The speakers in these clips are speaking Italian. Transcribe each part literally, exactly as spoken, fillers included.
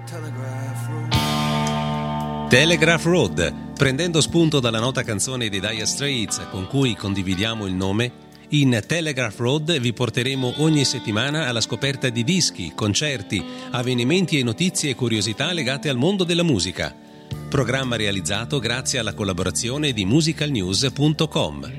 Telegraph Road, prendendo spunto dalla nota canzone dei Dire Straits con cui condividiamo il nome, in Telegraph Road vi porteremo ogni settimana alla scoperta di dischi, concerti, avvenimenti e notizie e curiosità legate al mondo della musica. Programma realizzato grazie alla collaborazione di musical news punto com.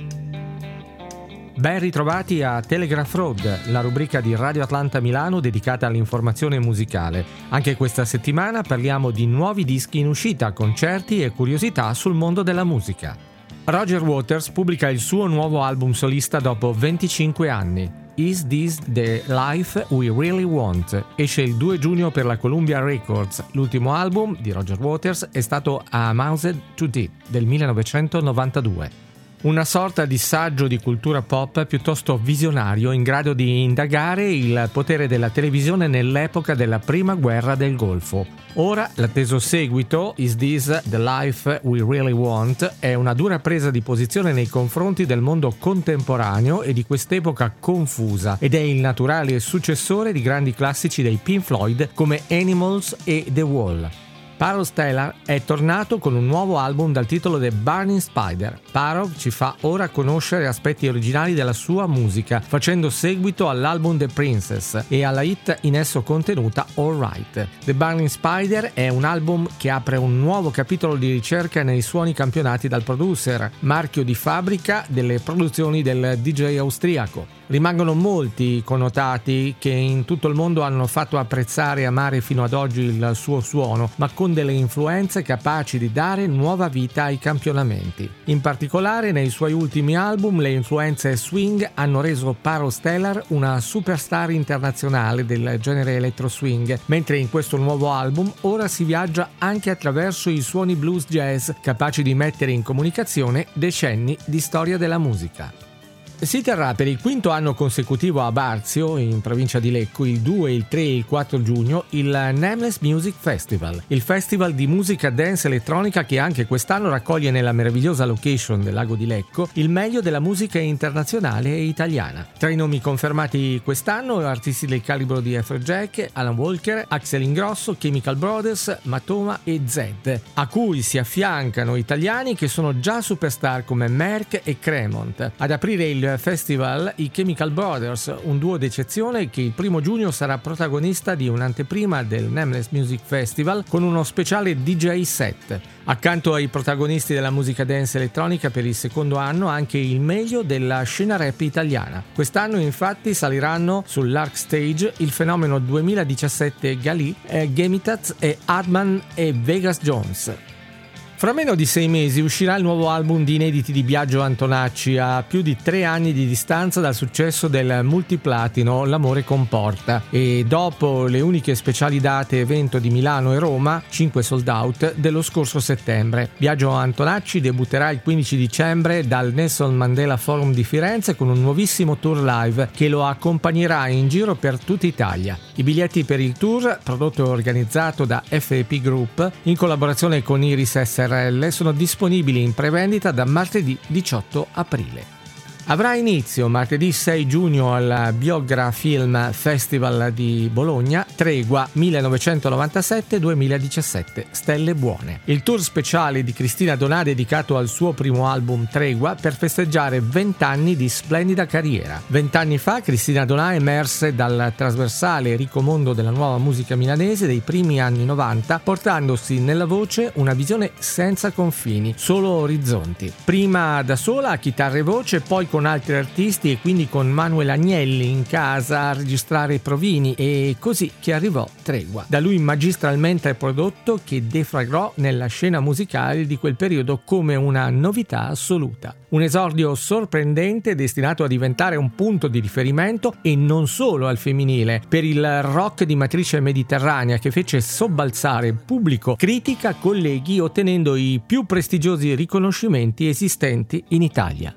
Ben ritrovati a Telegraph Road, la rubrica di Radio Atlanta Milano dedicata all'informazione musicale. Anche questa settimana parliamo di nuovi dischi in uscita, concerti e curiosità sul mondo della musica. Roger Waters pubblica il suo nuovo album solista dopo venticinque anni. Is This the Life We Really Want? Esce il due giugno per la Columbia Records. L'ultimo album di Roger Waters è stato A Moused to Deep del millenovecentonovantadue. Una sorta di saggio di cultura pop piuttosto visionario, in grado di indagare il potere della televisione nell'epoca della prima guerra del Golfo. Ora, l'atteso seguito, Is This the Life We Really Want? È una dura presa di posizione nei confronti del mondo contemporaneo e di quest'epoca confusa, ed è il naturale successore di grandi classici dei Pink Floyd come Animals e The Wall. Paro Stellar è tornato con un nuovo album dal titolo The Burning Spider. Paro ci fa ora conoscere aspetti originali della sua musica, facendo seguito all'album The Princess e alla hit in esso contenuta All Right. The Burning Spider è un album che apre un nuovo capitolo di ricerca nei suoni campionati dal producer, marchio di fabbrica delle produzioni del D J austriaco. Rimangono molti i connotati che in tutto il mondo hanno fatto apprezzare e amare fino ad oggi il suo suono, ma con delle influenze capaci di dare nuova vita ai campionamenti. In particolare, nei suoi ultimi album, le influenze swing hanno reso Paro Stellar una superstar internazionale del genere electro swing, mentre in questo nuovo album ora si viaggia anche attraverso i suoni blues jazz, capaci di mettere in comunicazione decenni di storia della musica. Si terrà per il quinto anno consecutivo a Barzio, in provincia di Lecco, il due, il tre e il quattro giugno, il Nameless Music Festival, il festival di musica dance elettronica che anche quest'anno raccoglie nella meravigliosa location del lago di Lecco il meglio della musica internazionale e italiana. Tra i nomi confermati quest'anno, artisti del calibro di Afrojack, Alan Walker, Axel Ingrosso, Chemical Brothers, Matoma e Zed, a cui si affiancano italiani che sono già superstar come Merck e Cremont. Ad aprire il festival i Chemical Brothers, un duo d'eccezione che il primo giugno sarà protagonista di un'anteprima del Nameless Music Festival con uno speciale D J set. Accanto ai protagonisti della musica dance elettronica per il secondo anno anche il meglio della scena rap italiana. Quest'anno infatti saliranno sull'Arc Stage il fenomeno duemiladiciassette Gali, eh, Gemitats e Adman e Vegas Jones. Fra meno di sei mesi uscirà il nuovo album di inediti di Biagio Antonacci, a più di tre anni di distanza dal successo del multiplatino L'amore comporta, e dopo le uniche speciali date evento di Milano e Roma, cinque sold out, dello scorso settembre. Biagio Antonacci debutterà il quindici dicembre dal Nelson Mandela Forum di Firenze con un nuovissimo tour live che lo accompagnerà in giro per tutta Italia. I biglietti per il tour, prodotto e organizzato da F E P Group in collaborazione con Iris S R L, sono disponibili in prevendita da martedì diciotto aprile. Avrà inizio martedì sei giugno al Biogra Film Festival di Bologna Tregua millenovecentonovantasette duemiladiciassette Stelle Buone, il tour speciale di Cristina Donà dedicato al suo primo album Tregua per festeggiare vent'anni di splendida carriera. Vent'anni fa Cristina Donà emerse dal trasversale ricco mondo della nuova musica milanese dei primi anni novanta, portandosi nella voce una visione senza confini, solo orizzonti. Prima da sola a chitarra e voce, poi con con altri artisti e quindi con Manuel Agnelli in casa a registrare i provini, e così che arrivò Tregua, da lui magistralmente prodotto, che deflagrò nella scena musicale di quel periodo come una novità assoluta. Un esordio sorprendente destinato a diventare un punto di riferimento, e non solo al femminile, per il rock di matrice mediterranea che fece sobbalzare pubblico, critica, colleghi, ottenendo i più prestigiosi riconoscimenti esistenti in Italia.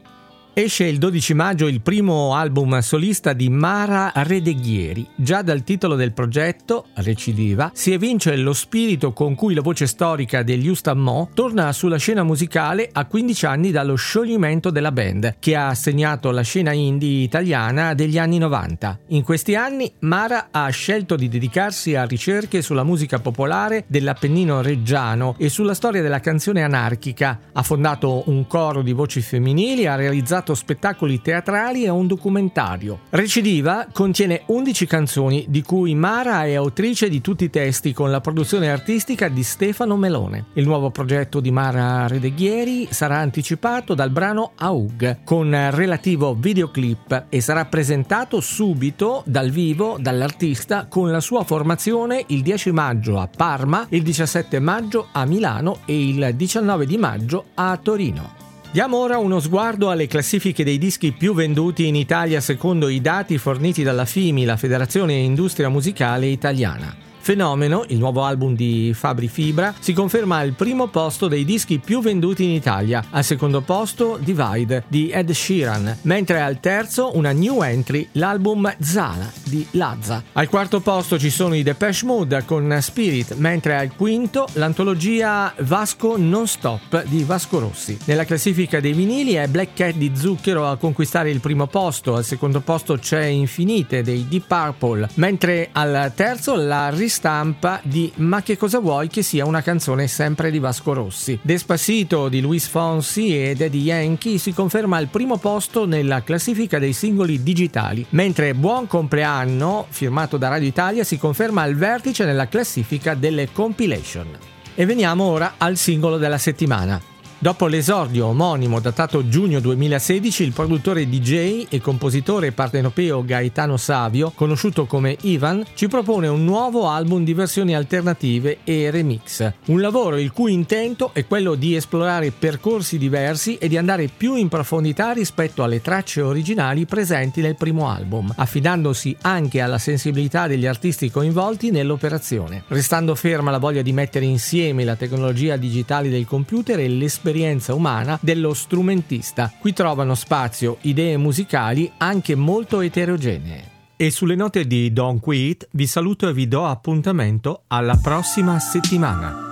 Esce il dodici maggio il primo album solista di Mara Redeghieri. Già dal titolo del progetto, Recidiva, si evince lo spirito con cui la voce storica degli Ustamò torna sulla scena musicale a quindici anni dallo scioglimento della band, che ha segnato la scena indie italiana degli anni novanta. In questi anni Mara ha scelto di dedicarsi a ricerche sulla musica popolare dell'Appennino reggiano e sulla storia della canzone anarchica. Ha fondato un coro di voci femminili, ha realizzato spettacoli teatrali e un documentario. Recidiva contiene undici canzoni, di cui Mara è autrice di tutti i testi, con la produzione artistica di Stefano Melone. Il nuovo progetto di Mara Redeghieri sarà anticipato dal brano Aug, con relativo videoclip, e sarà presentato subito dal vivo dall'artista con la sua formazione il dieci maggio a Parma, il diciassette maggio a Milano e il diciannove di maggio a Torino. Diamo ora uno sguardo alle classifiche dei dischi più venduti in Italia secondo i dati forniti dalla F I M I, la Federazione Industria Musicale Italiana. Fenomeno, il nuovo album di Fabri Fibra, si conferma al primo posto dei dischi più venduti in Italia, al secondo posto Divide di Ed Sheeran, mentre al terzo una new entry, l'album Zala di Lazza. Al quarto posto ci sono i Depeche Mode con Spirit, mentre al quinto l'antologia Vasco Non Stop di Vasco Rossi. Nella classifica dei vinili è Black Cat di Zucchero a conquistare il primo posto, al secondo posto c'è Infinite dei Deep Purple, mentre al terzo la ristampa di Ma che cosa vuoi, che sia una canzone sempre di Vasco Rossi. Despacito di Luis Fonsi e Daddy Yankee si conferma al primo posto nella classifica dei singoli digitali, mentre Buon compleanno, firmato da Radio Italia, si conferma al vertice nella classifica delle compilation. E veniamo ora al singolo della settimana. Dopo l'esordio omonimo datato giugno duemilasedici, il produttore D J e compositore partenopeo Gaetano Savio, conosciuto come Ivan, ci propone un nuovo album di versioni alternative e remix. Un lavoro il cui intento è quello di esplorare percorsi diversi e di andare più in profondità rispetto alle tracce originali presenti nel primo album, affidandosi anche alla sensibilità degli artisti coinvolti nell'operazione, restando ferma la voglia di mettere insieme la tecnologia digitale del computer e l'esperienza umana dello strumentista. Qui trovano spazio idee musicali anche molto eterogenee. E sulle note di Don't Quit vi saluto e vi do appuntamento alla prossima settimana.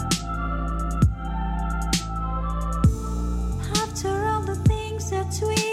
After all the things that we